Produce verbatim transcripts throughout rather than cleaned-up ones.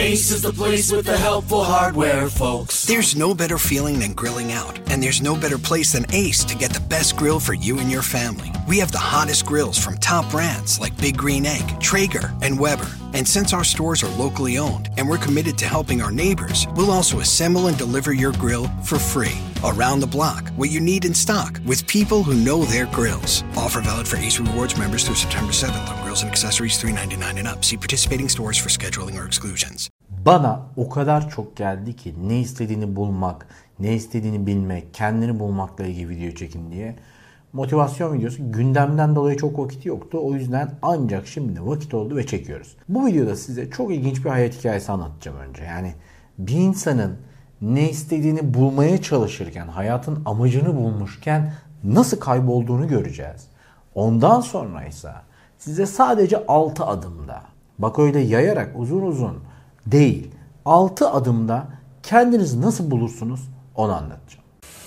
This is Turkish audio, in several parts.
Ace is the place with the helpful hardware, folks. There's no better feeling than grilling out, and there's no better place than Ace to get the best grill for you and your family. We have the hottest grills from top brands like Big Green Egg, Traeger, and Weber. And since our stores are locally owned and we're committed to helping our neighbors, we'll also assemble and deliver your grill for free. Around the block, what you need in stock, with people who know their grills. Offer valid for Ace Rewards members through September seventh on grills and accessories three ninety-nine and up. See participating stores for scheduling or exclusions. Bana o kadar çok geldi ki ne istediğini bulmak, ne istediğini bilmek, kendini bulmakla ilgili video çekin diye. Motivasyon videosu, gündemden dolayı çok vakit yoktu. O yüzden ancak şimdi vakit oldu ve çekiyoruz. Bu videoda size çok ilginç bir hayat hikayesi anlatacağım önce. Yani bir insanın ne istediğini bulmaya çalışırken, hayatın amacını bulmuşken nasıl kaybolduğunu göreceğiz. Ondan sonra ise size sadece altı adımda, bak öyle yayarak uzun uzun değil, altı adımda kendinizi nasıl bulursunuz onu anlatacağım.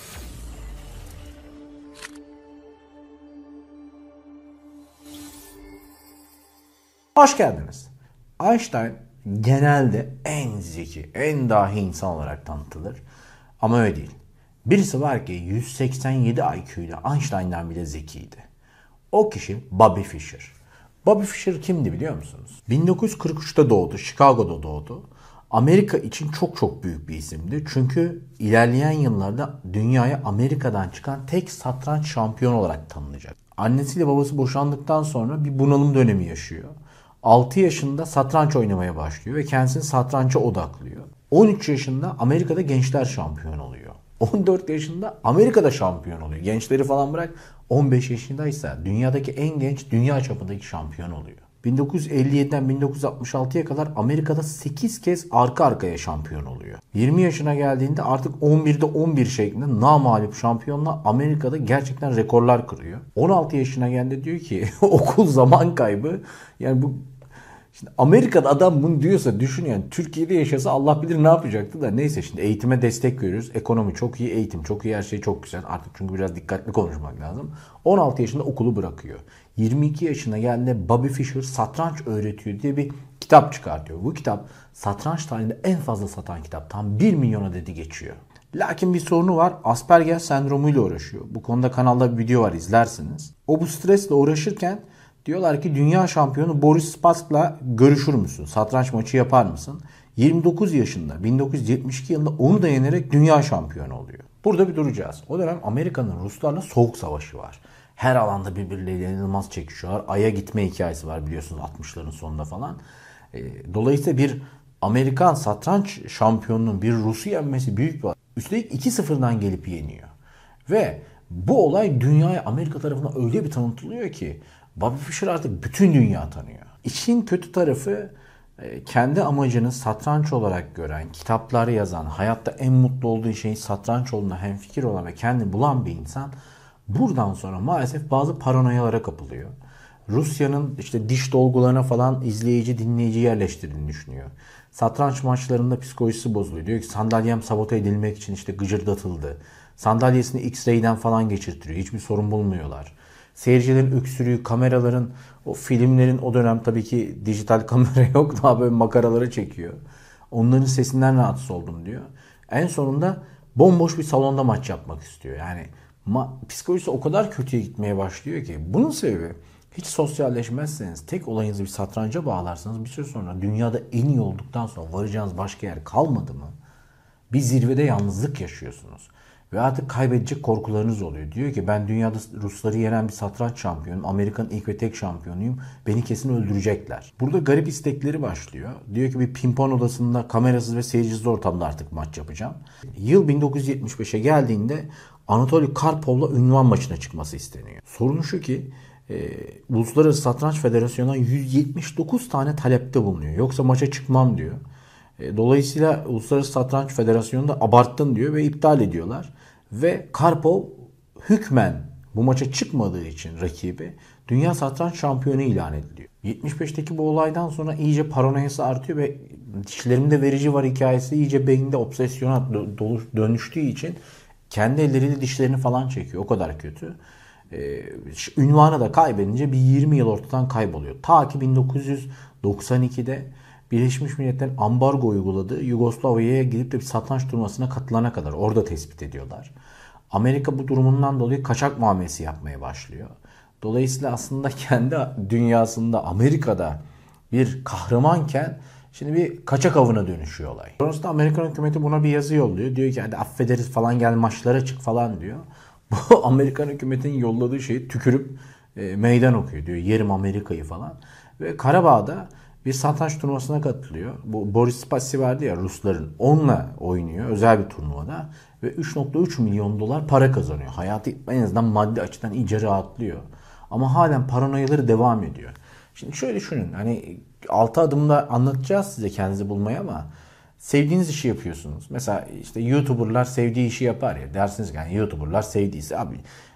Hoş geldiniz. Einstein genelde en zeki, en dahi insan olarak tanıtılır. Ama öyle değil. Birisi var ki yüz seksen yedi I Q ile Einstein'dan bile zekiydi. O kişi Bobby Fischer. Bobby Fischer kimdi biliyor musunuz? bin dokuz yüz kırk üçte doğdu, Chicago'da doğdu. Amerika için çok çok büyük bir isimdi. Çünkü ilerleyen yıllarda dünyaya Amerika'dan çıkan tek satranç şampiyonu olarak tanınacak. Annesiyle babası boşandıktan sonra bir bunalım dönemi yaşıyor. altı yaşında satranç oynamaya başlıyor ve kendisini satrança odaklıyor. on üç yaşında Amerika'da gençler şampiyon oluyor. on dört yaşında Amerika'da şampiyon oluyor. Gençleri falan bırak, on beş yaşındaysa dünyadaki en genç, dünya çapındaki şampiyon oluyor. bin dokuz yüz elli yediden bin dokuz yüz altmış altıya kadar Amerika'da sekiz kez arka arkaya şampiyon oluyor. yirmi yaşına geldiğinde artık on birde on bir şeklinde namağlup şampiyonla Amerika'da gerçekten rekorlar kırıyor. on altı yaşına geldiğinde diyor ki okul zaman kaybı. Yani bu şimdi Amerika'da adam bunu diyorsa düşün, yani Türkiye'de yaşasa Allah bilir ne yapacaktı da, neyse şimdi eğitime destek veriyoruz. Ekonomi çok iyi, eğitim çok iyi, her şey çok güzel. Artık çünkü biraz dikkatli konuşmak lazım. on altı yaşında okulu bırakıyor. yirmi iki yaşına geldiğinde Bobby Fischer satranç öğretiyor diye bir kitap çıkartıyor. Bu kitap satranç tarihinde en fazla satan kitap. Tam bir milyon adedi geçiyor. Lakin bir sorunu var. Asperger sendromuyla uğraşıyor. Bu konuda kanalda bir video var, izlersiniz. O bu stresle uğraşırken diyorlar ki dünya şampiyonu Boris Spassk'la görüşür müsün? Satranç maçı yapar mısın? yirmi dokuz yaşında bin dokuz yüz yetmiş iki yılında onu da yenerek dünya şampiyonu oluyor. Burada bir duracağız. O dönem Amerika'nın Ruslarla soğuk savaşı var. Her alanda birbirleriyle inanılmaz çekişiyorlar. Ay'a gitme hikayesi var biliyorsunuz altmışların sonunda falan. Dolayısıyla bir Amerikan satranç şampiyonunun bir Rus'u yenmesi büyük bir olay. Üstelik iki sıfırdan gelip yeniyor. Ve bu olay dünyaya, Amerika tarafından öyle bir tanıtılıyor ki Bobby Fischer artık bütün dünya tanıyor. İşin kötü tarafı, kendi amacını satranç olarak gören, kitapları yazan, hayatta en mutlu olduğu şeyin satranç olduğuna hemfikir olan ve kendini bulan bir insan buradan sonra maalesef bazı paranoyalara kapılıyor. Rusya'nın işte diş dolgularına falan izleyici, dinleyici yerleştirdiğini düşünüyor. Satranç maçlarında psikolojisi bozuluyor. Diyor ki sandalyem sabote edilmek için işte gıcırdatıldı. Sandalyesini X-ray'den falan geçirtiyor. Hiçbir sorun bulmuyorlar. Seyircilerin öksürüğü, kameraların, o filmlerin, o dönem tabii ki dijital kamera yok, daha böyle makaraları çekiyor. Onların sesinden rahatsız oldum diyor. En sonunda bomboş bir salonda maç yapmak istiyor. Yani ma- psikolojisi o kadar kötüye gitmeye başlıyor ki. Bunun sebebi, hiç sosyalleşmezseniz, tek olayınızı bir satranca bağlarsanız bir süre sonra dünyada en iyi olduktan sonra varacağınız başka yer kalmadı mı? Bir zirvede yalnızlık yaşıyorsunuz. Ve artık kaybedecek korkularınız oluyor. Diyor ki ben dünyada Rusları yenen bir satranç şampiyonuyum. Amerika'nın ilk ve tek şampiyonuyum. Beni kesin öldürecekler. Burada garip istekleri başlıyor. Diyor ki bir pimpon odasında kamerasız ve seyircisiz ortamda artık maç yapacağım. Yıl bin dokuz yüz yetmiş beşe geldiğinde Anatoly Karpov'la ünvan maçına çıkması isteniyor. Sorun şu ki e, Uluslararası Satranç Federasyonu'na yüz yetmiş dokuz tane talepte bulunuyor. Yoksa maça çıkmam diyor. E, dolayısıyla Uluslararası Satranç Federasyonu da abarttın diyor ve iptal ediyorlar. Ve Karpov hükmen bu maça çıkmadığı için rakibi dünya satranç şampiyonu ilan ediliyor. yetmiş beşteki bu olaydan sonra iyice paranoyası artıyor ve dişlerimde verici var hikayesi iyice beyninde obsesyona dönüştüğü için kendi elleriyle dişlerini falan çekiyor. O kadar kötü. Ee, ünvanı da kaybedince bir yirmi yıl ortadan kayboluyor. Ta ki bin dokuz yüz doksan ikide Birleşmiş Milletler'in ambargo uyguladığı Yugoslavya'ya gidip de bir satranç turnuvasına katılana kadar orada tespit ediyorlar. Amerika bu durumundan dolayı kaçak muamelesi yapmaya başlıyor. Dolayısıyla aslında kendi dünyasında Amerika'da bir kahramanken şimdi bir kaçak avına dönüşüyor olay. Sonrasında Amerikan hükümeti buna bir yazı yolluyor. Diyor ki hadi affederiz falan, gel maçlara çık falan diyor. Bu Amerikan hükümetinin yolladığı şeyi tükürüp e, meydan okuyor diyor. Yerim Amerika'yı falan. Ve Karabağ'da bir satranç turnuvasına katılıyor. Bu Boris Spassi vardı ya, Rusların. Onunla oynuyor özel bir turnuvada. Ve üç nokta üç milyon dolar para kazanıyor. Hayatı en azından maddi açıdan iyice rahatlıyor. Ama halen paranoyaları devam ediyor. Şimdi şöyle düşünün. Hani altı adımda anlatacağız size kendinizi bulmayı ama sevdiğiniz işi yapıyorsunuz. Mesela işte YouTuber'lar sevdiği işi yapar ya. Dersiniz ki yani YouTuber'lar sevdiyse abi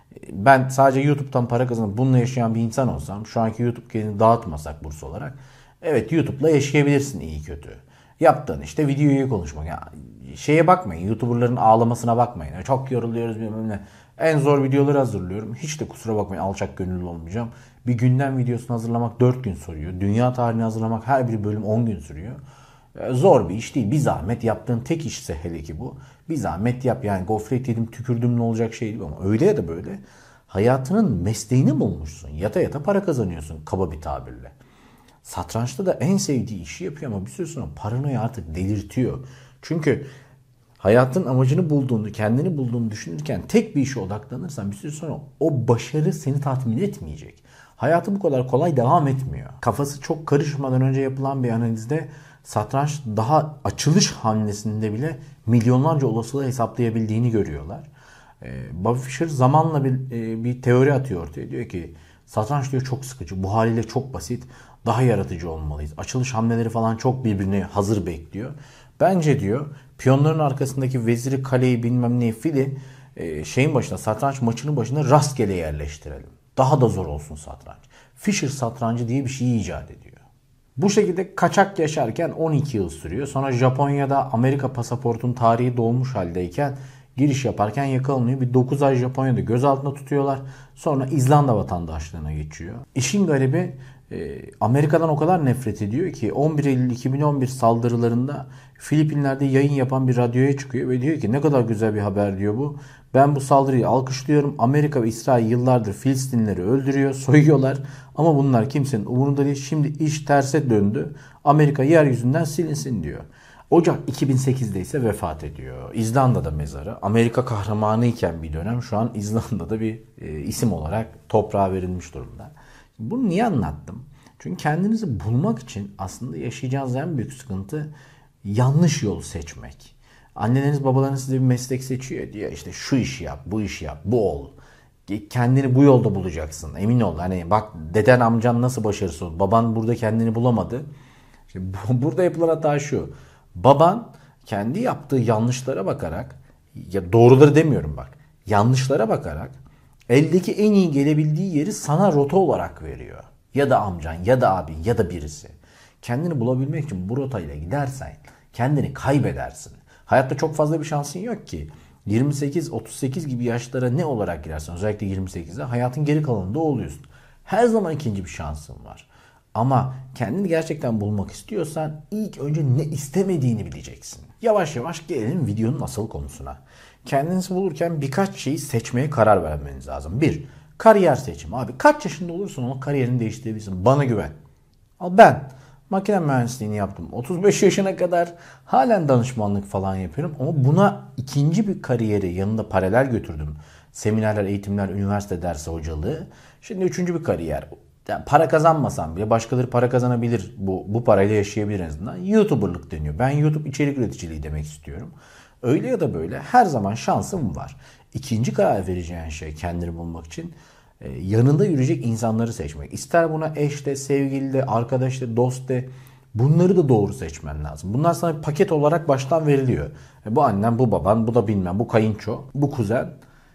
ben sadece YouTube'dan para kazanıp bununla yaşayan bir insan olsam, şu anki YouTube gelini dağıtmasak burs olarak, evet YouTube'la yaşayabilirsin iyi kötü. Yaptığın işte videoyu konuşmak. Ya, şeye bakmayın, YouTuber'ların ağlamasına bakmayın. Ya, çok yoruluyoruz bilmem ne. En zor videoları hazırlıyorum. Hiç de kusura bakmayın, alçak gönüllü olmayacağım. Bir gündem videosunu hazırlamak dört gün sürüyor. Dünya tarihini hazırlamak her bir bölüm on gün sürüyor. Zor bir iş değil. Bir zahmet, yaptığın tek işse hele ki bu. Bir zahmet yap yani, gofret yedim tükürdüm ne olacak şey değil ama öyle ya da böyle hayatının mesleğini bulmuşsun. Yata yata para kazanıyorsun kaba bir tabirle. Satrançta da en sevdiği işi yapıyor ama bir süre sonra paranoya artık delirtiyor. Çünkü hayatın amacını bulduğunu, kendini bulduğunu düşünürken tek bir işe odaklanırsan bir süre sonra o başarı seni tatmin etmeyecek. Hayatı bu kadar kolay devam etmiyor. Kafası çok karışmadan önce yapılan bir analizde satranç daha açılış hamlesinde bile milyonlarca olasılığı hesaplayabildiğini görüyorlar. Bobby Fischer zamanla bir, bir teori atıyor ortaya. Diyor ki satranç diyor çok sıkıcı. Bu haliyle çok basit. Daha yaratıcı olmalıyız. Açılış hamleleri falan çok birbirine hazır bekliyor. Bence diyor piyonların arkasındaki veziri, kaleyi, bilmem ne, fili şeyin başına, satranç maçının başına rastgele yerleştirelim. Daha da zor olsun satranç. Fischer satrancı diye bir şey icat ediyor. Bu şekilde kaçak yaşarken on iki yıl sürüyor. Sonra Japonya'da Amerika pasaportunun tarihi dolmuş haldeyken giriş yaparken yakalanıyor. Bir dokuz ay Japonya'da gözaltında tutuyorlar. Sonra İzlanda vatandaşlığına geçiyor. İşin garibi Amerika'dan o kadar nefret ediyor ki on bir Eylül iki bin on bir saldırılarında Filipinler'de yayın yapan bir radyoya çıkıyor ve diyor ki ne kadar güzel bir haber diyor bu. Ben bu saldırıyı alkışlıyorum. Amerika ve İsrail yıllardır Filistinlileri öldürüyor, soyuyorlar. Ama bunlar kimsenin umurunda değil. Şimdi iş terse döndü. Amerika yeryüzünden silinsin diyor. Ocak iki bin sekizde ise vefat ediyor. İzlanda'da mezarı. Amerika kahramanı iken bir dönem şu an İzlanda'da bir e, isim olarak toprağa verilmiş durumda. Bunu niye anlattım? Çünkü kendinizi bulmak için aslında yaşayacağınız en büyük sıkıntı yanlış yolu seçmek. Anneleriniz babalarınız size bir meslek seçiyor diyor. İşte şu işi yap, bu işi yap, bu ol. Kendini bu yolda bulacaksın. Emin ol. Hani bak deden amcan nasıl başarısız oldu. Baban burada kendini bulamadı. İşte burada yapılan hata şu. Baban kendi yaptığı yanlışlara bakarak, ya doğruları demiyorum bak, yanlışlara bakarak eldeki en iyi gelebildiği yeri sana rota olarak veriyor. Ya da amcan, ya da abin, ya da birisi. Kendini bulabilmek için bu rotayla gidersen kendini kaybedersin. Hayatta çok fazla bir şansın yok ki. yirmi sekiz otuz sekiz gibi yaşlara ne olarak girersen, özellikle yirmi sekizde hayatın geri kalanında oluyorsun. Her zaman ikinci bir şansın var. Ama kendini gerçekten bulmak istiyorsan ilk önce ne istemediğini bileceksin. Yavaş yavaş gelelim videonun asıl konusuna. Kendinizi bulurken birkaç şeyi seçmeye karar vermeniz lazım. Bir, kariyer seçimi. Abi kaç yaşında olursun ama kariyerini değiştirebilirsin. Bana güven. Al ben makine mühendisliğini yaptım. otuz beş yaşına kadar halen danışmanlık falan yapıyorum. Ama buna ikinci bir kariyeri yanında paralel götürdüm. Seminerler, eğitimler, üniversite dersi hocalığı. Şimdi üçüncü bir kariyer. Yani para kazanmasam bile başkaları para kazanabilir. Bu, bu parayla yaşayabilir en azından. YouTuber'lık deniyor. Ben YouTube içerik üreticiliği demek istiyorum. Öyle ya da böyle her zaman şansım var. İkinci karar vereceğin şey kendini bulmak için e, yanında yürüyecek insanları seçmek. İster buna eş de, sevgili de, arkadaş da, dost de, bunları da doğru seçmen lazım. Bunlar sana bir paket olarak baştan veriliyor. E, bu annen, bu baban, bu da bilmem, bu kayınço, bu kuzen.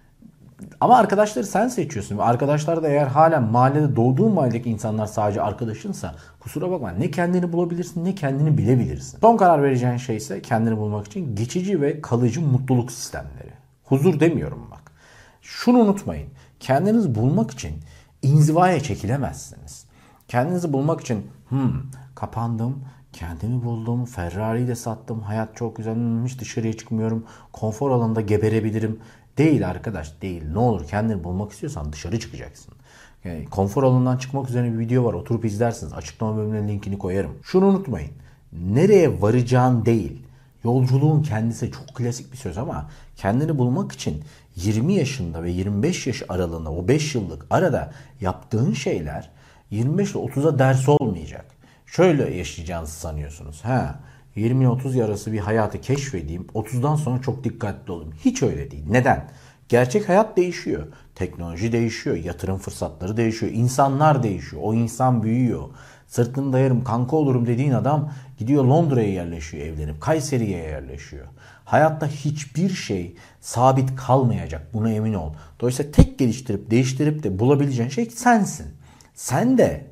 Ama arkadaşları sen seçiyorsun. Arkadaşlar da eğer halen mahallede, doğduğun mahalledeki insanlar sadece arkadaşınsa kusura bakma, ne kendini bulabilirsin ne kendini bilebilirsin. Son karar vereceğin şey ise kendini bulmak için geçici ve kalıcı mutluluk sistemleri. Huzur demiyorum bak. Şunu unutmayın. Kendinizi bulmak için inzivaya çekilemezsiniz. Kendinizi bulmak için hmm, kapandım, Kendimi buldum, Ferrari'yi de sattım, hayat çok güzelmiş, dışarıya çıkmıyorum, konfor alanında geberebilirim. Değil arkadaş, değil. Ne olur kendini bulmak istiyorsan dışarı çıkacaksın. Yani konfor alanından çıkmak üzerine bir video var, oturup izlersiniz. Açıklama bölümüne linkini koyarım. Şunu unutmayın, nereye varacağın değil, yolculuğun kendisi. Çok klasik bir söz ama kendini bulmak için yirmi yaşında ve yirmi beş yaş aralığında, o beş yıllık arada yaptığın şeyler yirmi beş ile otuza ders olmayacak. Şöyle yaşayacağınızı sanıyorsunuz. Ha, yirmi ile otuz arası bir hayatı keşfedeyim, otuzdan sonra çok dikkatli olayım. Hiç öyle değil. Neden? Gerçek hayat değişiyor. Teknoloji değişiyor. Yatırım fırsatları değişiyor. İnsanlar değişiyor. O insan büyüyor. Sırtını dayarım, kanka olurum dediğin adam gidiyor Londra'ya yerleşiyor, evlenip Kayseri'ye yerleşiyor. Hayatta hiçbir şey sabit kalmayacak. Buna emin ol. Dolayısıyla tek geliştirip değiştirip de bulabileceğin şey sensin. Sen de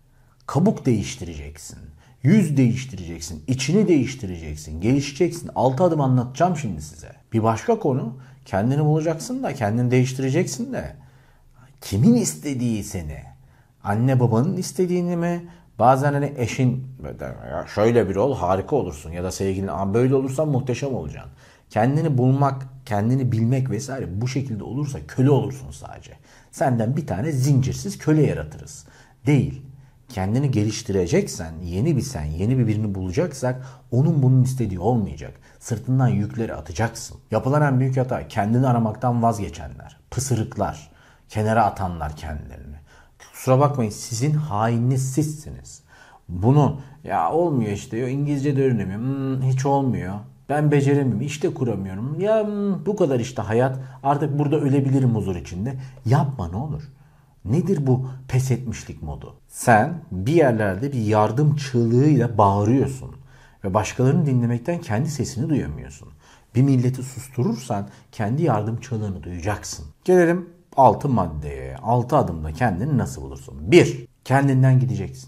kabuk değiştireceksin. Yüz değiştireceksin. İçini değiştireceksin. Gelişeceksin. Altı adım anlatacağım şimdi size. Bir başka konu, kendini bulacaksın da kendini değiştireceksin de kimin istediği seni? Anne babanın istediğini mi? Bazen hani eşin şöyle bir ol harika olursun ya da sevgilin böyle olursan muhteşem olacaksın. Kendini bulmak, kendini bilmek vesaire bu şekilde olursa köle olursun sadece. Senden bir tane zincirsiz köle yaratırız. Değil. Kendini geliştireceksen, yeni bir sen, yeni bir birini bulacaksak onun bunun istediği olmayacak. Sırtından yükleri atacaksın. Yapılan en büyük hata kendini aramaktan vazgeçenler, pısırıklar, kenara atanlar kendilerini. Kusura bakmayın, sizin haininiz sizsiniz. Bunu ya olmuyor işte, İngilizce de öğrenemiyorum, hmm, hiç olmuyor. Ben beceremiyorum, işte kuramıyorum. Ya hmm, bu kadar işte hayat, artık burada ölebilirim huzur içinde. Yapma ne olur. Nedir bu pes etmişlik modu? Sen bir yerlerde bir yardım çığlığıyla bağırıyorsun ve başkalarını dinlemekten kendi sesini duyamıyorsun. Bir milleti susturursan kendi yardım çığlığını duyacaksın. Gelelim altı maddeye. altı adımda kendini nasıl bulursun? bir. Kendinden gideceksin.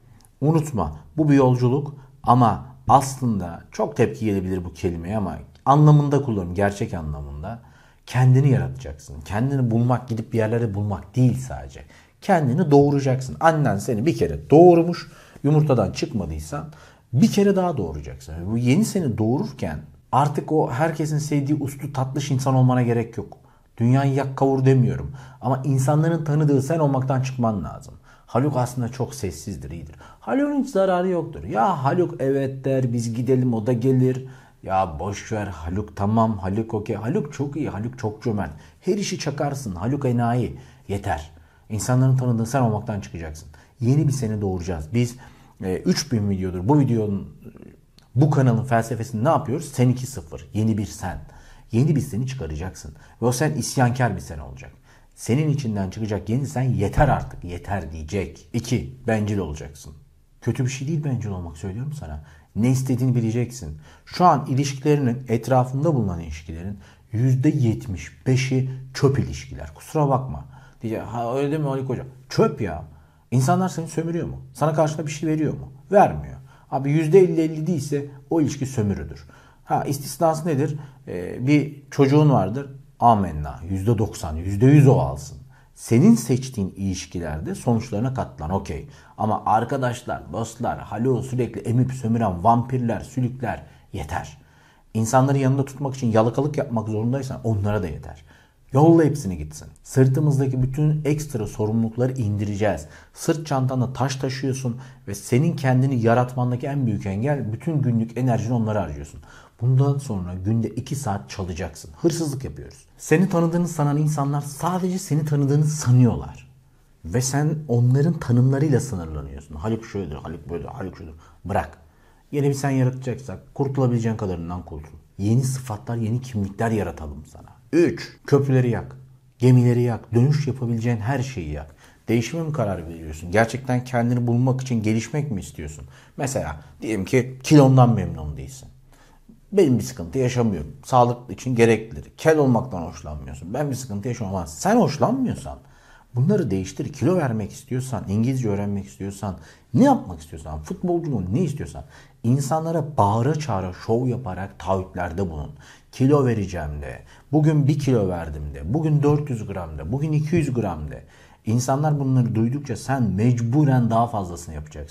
Unutma, bu bir yolculuk ama aslında çok tepki gelebilir bu kelimeye ama anlamında kullanıyorum, gerçek anlamında. Kendini yaratacaksın. Kendini bulmak, gidip bir yerlere bulmak değil sadece. Kendini doğuracaksın. Annen seni bir kere doğurmuş, yumurtadan çıkmadıysan bir kere daha doğuracaksın. Bu yeni seni doğururken artık o herkesin sevdiği uslu tatlış insan olmana gerek yok. Dünyayı yak kavur demiyorum. Ama insanların tanıdığı sen olmaktan çıkman lazım. Haluk aslında çok sessizdir, iyidir. Haluk'un hiç zararı yoktur. Ya Haluk evet der, biz gidelim, o da gelir. Ya boş ver Haluk, tamam Haluk okey. Haluk çok iyi, Haluk çok cömert. Her işi çakarsın, Haluk enayi. Yeter. İnsanların tanıdığı sen olmaktan çıkacaksın. Yeni bir seni doğuracağız. Biz e, üç bin videodur bu videonun, bu kanalın felsefesini ne yapıyoruz? Sen iki sıfır. Yeni bir sen. Yeni bir seni çıkaracaksın. Ve o sen isyankar bir sen olacak. Senin içinden çıkacak yeni sen yeter artık, yeter diyecek. iki. Bencil olacaksın. Kötü bir şey değil bencil olmak, söylüyorum sana. Ne istediğini bileceksin. Şu an ilişkilerinin, etrafında bulunan ilişkilerin yüzde yetmiş beşi çöp ilişkiler. Kusura bakma. Diyecek, ha öyle mi Ali Koca? Çöp ya. İnsanlar seni sömürüyor mu? Sana karşına bir şey veriyor mu? Vermiyor. Abi yüzde elli elli değilse o ilişki sömürüdür. Ha istisnası nedir? Ee, bir çocuğun vardır. Amenna. yüzde doksan, yüzde yüz o alsın. Senin seçtiğin ilişkilerde sonuçlarına katlan, okey. Ama arkadaşlar, dostlar, halo sürekli emip sömüren vampirler, sülükler yeter. İnsanları yanında tutmak için yalakalık yapmak zorundaysan onlara da yeter. Yolla hepsini gitsin. Sırtımızdaki bütün ekstra sorumlulukları indireceğiz. Sırt çantanda taş taşıyorsun ve senin kendini yaratmandaki en büyük engel, bütün günlük enerjini onlara harcıyorsun. Bundan sonra günde iki saat çalacaksın. Hırsızlık yapıyoruz. Seni tanıdığını sanan insanlar sadece seni tanıdığını sanıyorlar. Ve sen onların tanımlarıyla sınırlanıyorsun. Haluk şöyledir, Haluk böyledir, Haluk şöyledir. Bırak. Yeni bir sen yaratacaksak kurtulabileceğin kadarından kurtul. Yeni sıfatlar, yeni kimlikler yaratalım sana. üç. Köprüleri yak. Gemileri yak. Dönüş yapabileceğin her şeyi yak. Değişime mi karar veriyorsun? Gerçekten kendini bulmak için gelişmek mi istiyorsun? Mesela diyelim ki kilondan memnun değilsin. Benim bir sıkıntı yaşamıyorum. Sağlık için gereklidir. Kel olmaktan hoşlanmıyorsun. Ben bir sıkıntı yaşamam. Sen hoşlanmıyorsan bunları değiştir. Kilo vermek istiyorsan, İngilizce öğrenmek istiyorsan, ne yapmak istiyorsan, futbolcu mu, ne istiyorsan insanlara bağıra çağıra şov yaparak taahhütlerde bulun. Kilo vereceğim de, bugün bir kilo verdim de, bugün dört yüz gram de, bugün iki yüz gram de. İnsanlar bunları duydukça sen mecburen daha fazlasını yapacaksın.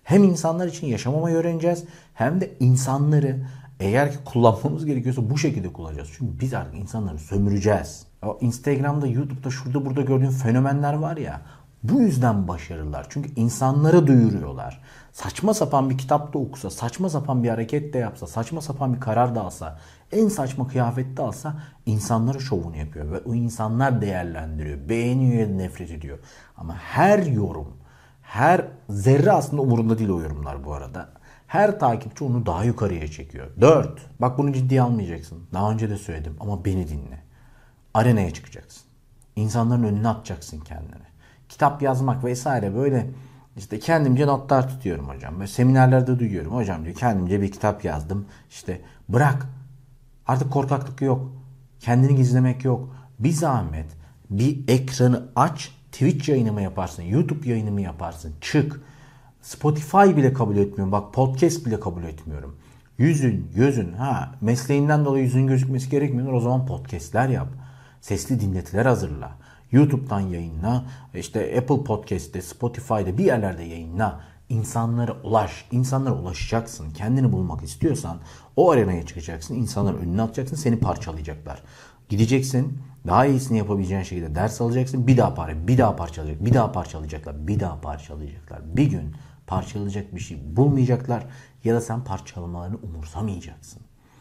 Hem insanlar için yaşamamayı öğreneceğiz hem de insanları eğer ki kullanmamız gerekiyorsa bu şekilde kullanacağız. Çünkü biz artık insanları sömüreceğiz. O Instagram'da, YouTube'da, şurada burada gördüğün fenomenler var ya, bu yüzden başarılılar. Çünkü insanlara duyuruyorlar. Saçma sapan bir kitap da okusa, saçma sapan bir hareket de yapsa, saçma sapan bir karar da alsa, en saçma kıyafette alsa insanlara şovunu yapıyor. Ve o insanlar değerlendiriyor, beğeniyor ya da nefret ediyor. Ama her yorum, her zerre aslında umurunda değil o yorumlar bu arada. Her takipçi onu daha yukarıya çekiyor. dört. Bak bunu ciddiye almayacaksın. Daha önce de söyledim ama beni dinle. Arenaya çıkacaksın. İnsanların önüne atacaksın kendini. Kitap yazmak vesaire böyle işte kendimce notlar tutuyorum hocam. Böyle seminerlerde duyuyorum. Hocam diyor kendimce bir kitap yazdım. İşte bırak. Artık korkaklık yok. Kendini gizlemek yok. Bir zahmet bir ekranı aç. Twitch yayını mı yaparsın? YouTube yayını mı yaparsın? Çık. Spotify bile kabul etmiyorum. Bak podcast bile kabul etmiyorum. Yüzün, gözün, ha mesleğinden dolayı yüzün gözükmesi gerekmiyor. O zaman podcastler yap. Sesli dinletiler hazırla. YouTube'dan yayınla. İşte Apple Podcast'te, Spotify'da bir yerlerde yayınla. İnsanlara ulaş. İnsanlara ulaşacaksın. Kendini bulmak istiyorsan o arenaya çıkacaksın. İnsanların önüne atacaksın. Seni parçalayacaklar. Gideceksin. Daha iyisini yapabileceğin şekilde ders alacaksın. Bir daha par bir daha parçalayacak. Bir daha parçalayacaklar. Bir daha parçalayacaklar. Bir gün parçalayacak bir şey bulmayacaklar. Ya da sen parçalamalarını umursamayacaksın.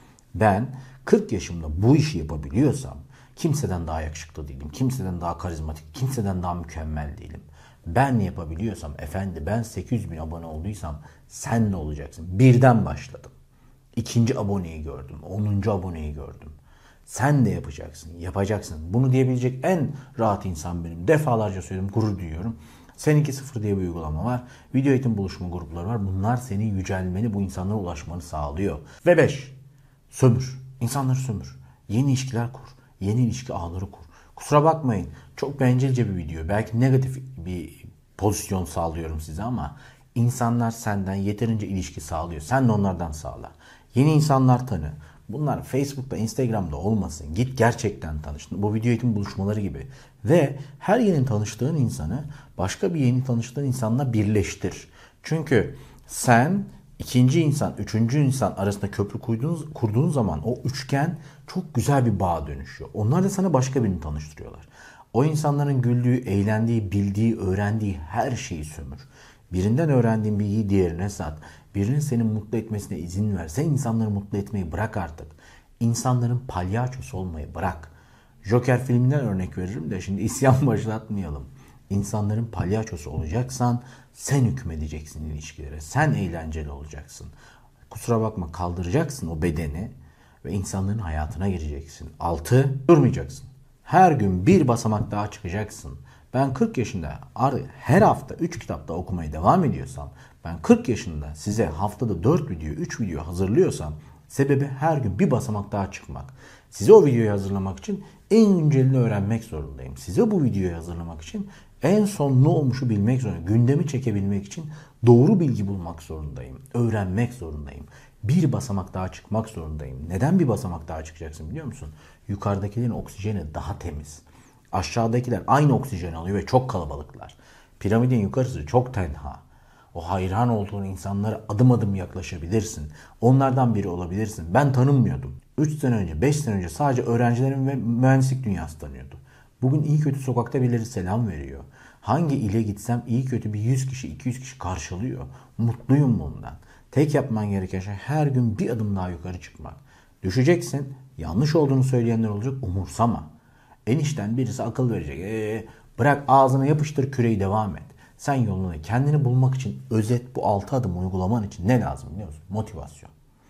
Ben kırk yaşımda bu işi yapabiliyorsam kimseden daha yakışıklı değilim. Kimseden daha karizmatik. Kimseden daha mükemmel değilim. Ben yapabiliyorsam efendi ben sekiz yüz bin abone olduysam sen ne olacaksın? Birden başladım. İkinci aboneyi gördüm. Onuncu aboneyi gördüm. Sen de yapacaksın. Yapacaksın. Bunu diyebilecek en rahat insan benim. Defalarca söyledim. Gurur duyuyorum. Sen iki sıfır diye bir uygulama var. Video eğitim buluşma grupları var. Bunlar senin yücelmeni, bu insanlara ulaşmanı sağlıyor. Ve beş. Sömür. İnsanları sömür. Yeni ilişkiler kur. Yeni ilişki ağları kur. Kusura bakmayın. Çok bencilce bir video. Belki negatif bir pozisyon sağlıyorum size ama insanlar senden yeterince ilişki sağlıyor. Sen de onlardan sağla. Yeni insanlar tanı. Bunlar Facebook'ta, Instagram'da olmasın. Git gerçekten tanış. Bu video eğitim buluşmaları gibi. Ve her yeni tanıştığın insanı başka bir yeni tanıştığın insanla birleştir. Çünkü sen ikinci insan, üçüncü insan arasında köprü kurduğun, kurduğun zaman o üçgen çok güzel bir bağa dönüşüyor. Onlar da sana başka birini tanıştırıyorlar. O insanların güldüğü, eğlendiği, bildiği, öğrendiği her şeyi sömür. Birinden öğrendiğin bilgiyi diğerine sat. Birinin seni mutlu etmesine izin ver. Sen insanları mutlu etmeyi bırak artık. İnsanların palyaçosu olmayı bırak. Joker filminden örnek veririm de şimdi isyan başlatmayalım. İnsanların palyaçosu olacaksan sen hükmedeceksin ilişkilere. Sen eğlenceli olacaksın. Kusura bakma kaldıracaksın o bedeni ve insanların hayatına gireceksin. Altı, durmayacaksın. Her gün bir basamak daha çıkacaksın. Ben kırk yaşında her hafta üç kitap da okumaya devam ediyorsam, ben kırk yaşında size haftada dört video, üç video hazırlıyorsam sebebi her gün bir basamak daha çıkmak. Size o videoyu hazırlamak için en güncelini öğrenmek zorundayım. Size bu videoyu hazırlamak için en son ne olmuşu bilmek zorundayım. Gündemi çekebilmek için doğru bilgi bulmak zorundayım. Öğrenmek zorundayım. Bir basamak daha çıkmak zorundayım. Neden bir basamak daha çıkacaksın biliyor musun? Yukarıdakilerin oksijeni daha temiz. Aşağıdakiler aynı oksijen alıyor ve çok kalabalıklar. Piramidin yukarısı çok tenha. O hayran olduğun insanlara adım adım yaklaşabilirsin. Onlardan biri olabilirsin. Ben tanınmıyordum. üç sene önce, beş sene önce sadece öğrencilerim ve mühendislik dünyası tanıyordu. Bugün iyi kötü sokakta birileri selam veriyor. Hangi ile gitsem iyi kötü bir yüz kişi, iki yüz kişi karşılıyor. Mutluyum bundan. Tek yapman gereken şey her gün bir adım daha yukarı çıkmak. Düşeceksin. Yanlış olduğunu söyleyenler olacak. Umursama. Enişten birisi akıl verecek. Ee, bırak ağzına yapıştır küreği devam et. Sen yolunu kendini bulmak için özet bu altı adım uygulaman için ne lazım biliyor musun? Motivasyon.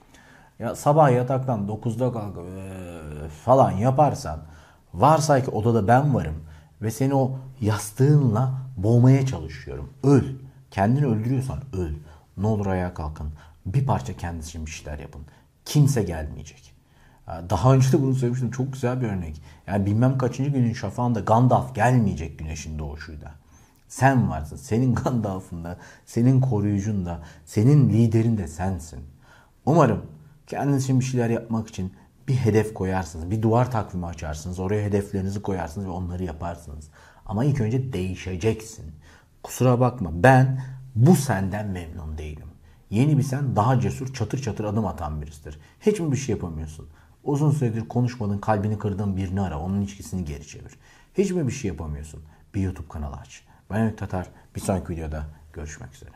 Ya sabah yataktan dokuzda kalkıp ee, falan yaparsan varsay ki odada ben varım ve seni o yastığınla boğmaya çalışıyorum. Öl. Kendini öldürüyorsan öl. Ne olur ayağa kalkın. Bir parça kendisi için bir şeyler yapın. Kimse gelmeyecek. Daha önce de bunu söylemiştim. Çok güzel bir örnek. Yani bilmem kaçıncı günün şafağında Gandalf gelmeyecek güneşin doğuşuyla. Sen varsın. Senin Gandalf'ında, senin koruyucunda, senin liderin de sensin. Umarım kendiniz için bir şeyler yapmak için bir hedef koyarsınız. Bir duvar takvimi açarsınız. Oraya hedeflerinizi koyarsınız ve onları yaparsınız. Ama ilk önce değişeceksin. Kusura bakma ben Bu senden memnun değilim. Yeni bir sen daha cesur, çatır çatır adım atan birisidir. Hiç mi bir şey yapamıyorsun? Uzun süredir konuşmadığın, kalbini kırdığın birini ara, onun ilişkisini geri çevir. Hiç mi bir şey yapamıyorsun? Bir YouTube kanalı aç. Ben Öykü Tatar. Bir sonraki videoda görüşmek üzere.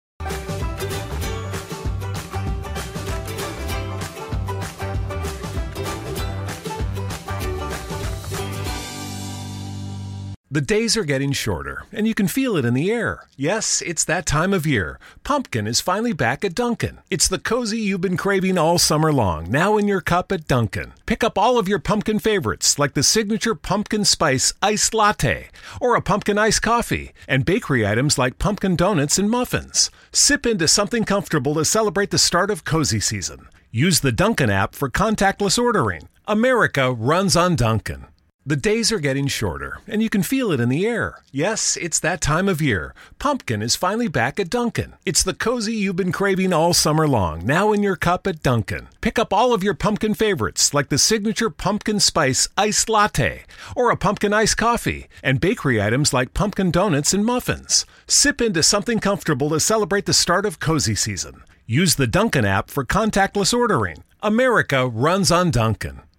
The days are getting shorter, and you can feel it in the air. Yes, it's that time of year. Pumpkin is finally back at Dunkin'. It's the cozy you've been craving all summer long, now in your cup at Dunkin'. Pick up all of your pumpkin favorites, like the signature pumpkin spice iced latte, or a pumpkin iced coffee, and bakery items like pumpkin donuts and muffins. Sip into something comfortable to celebrate the start of cozy season. Use the Dunkin' app for contactless ordering. America runs on Dunkin'. The days are getting shorter, and you can feel it in the air. Yes, it's that time of year. Pumpkin is finally back at Dunkin'. It's the cozy you've been craving all summer long, now in your cup at Dunkin'. Pick up all of your pumpkin favorites, like the signature pumpkin spice iced latte, or a pumpkin iced coffee, and bakery items like pumpkin donuts and muffins. Sip into something comfortable to celebrate the start of cozy season. Use the Dunkin' app for contactless ordering. America runs on Dunkin'.